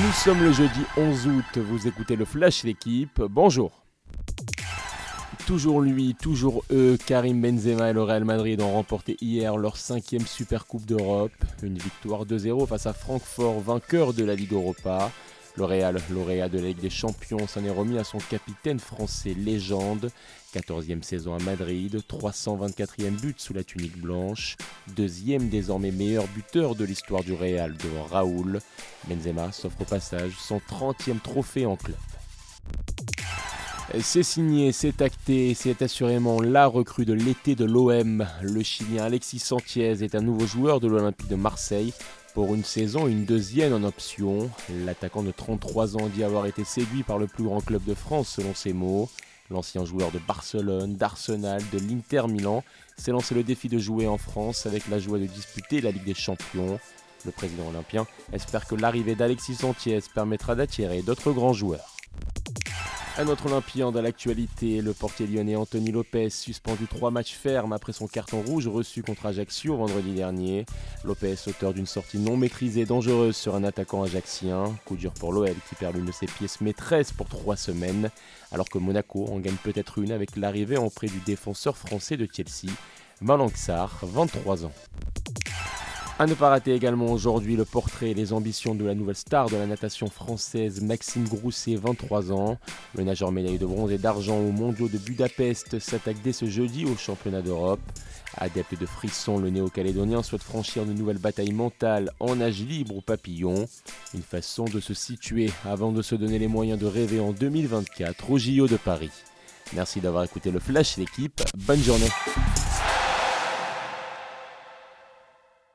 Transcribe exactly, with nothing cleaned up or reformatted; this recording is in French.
Nous sommes le jeudi onze août, vous écoutez le Flash L'équipe, bonjour. Toujours lui, toujours eux, Karim Benzema et le Real Madrid ont remporté hier leur cinquième Supercoupe d'Europe. Une victoire deux zéro face à Francfort, vainqueur de la Ligue Europa. Le Real, lauréat de la Ligue des Champions, s'en est remis à son capitaine français légende. quatorzième saison à Madrid, trois cent vingt-quatrième but sous la tunique blanche. Deuxième désormais meilleur buteur de l'histoire du Real devant Raoul. Benzema s'offre au passage son trentième trophée en club. C'est signé, c'est acté, c'est assurément la recrue de l'été de l'O M. Le Chilien Alexis Sanchez est un nouveau joueur de l'Olympique de Marseille pour une saison et une deuxième en option. L'attaquant de trente-trois ans dit avoir été séduit par le plus grand club de France selon ses mots. L'ancien joueur de Barcelone, d'Arsenal, de l'Inter Milan s'est lancé le défi de jouer en France avec la joie de disputer la Ligue des Champions. Le président olympien espère que l'arrivée d'Alexis Sanchez permettra d'attirer d'autres grands joueurs. Un autre Olympien dans l'actualité, le portier lyonnais Anthony Lopez, suspendu trois matchs fermes après son carton rouge reçu contre Ajaccio vendredi dernier. Lopez, auteur d'une sortie non maîtrisée et dangereuse sur un attaquant ajaccien. Coup dur pour l'O L qui perd l'une de ses pièces maîtresses pour trois semaines, alors que Monaco en gagne peut-être une avec l'arrivée en prêt du défenseur français de Chelsea, Malang Sarr, vingt-trois ans. À ne pas rater également aujourd'hui le portrait et les ambitions de la nouvelle star de la natation française Maxime Grousset, vingt-trois ans. Le nageur médaillé de bronze et d'argent aux mondiaux de Budapest s'attaque dès ce jeudi au championnat d'Europe. Adepte de frissons, le néo-calédonien souhaite franchir de nouvelles batailles mentales en nage libre ou papillon. Une façon de se situer avant de se donner les moyens de rêver en deux mille vingt-quatre au J O de Paris. Merci d'avoir écouté le Flash L'équipe, bonne journée.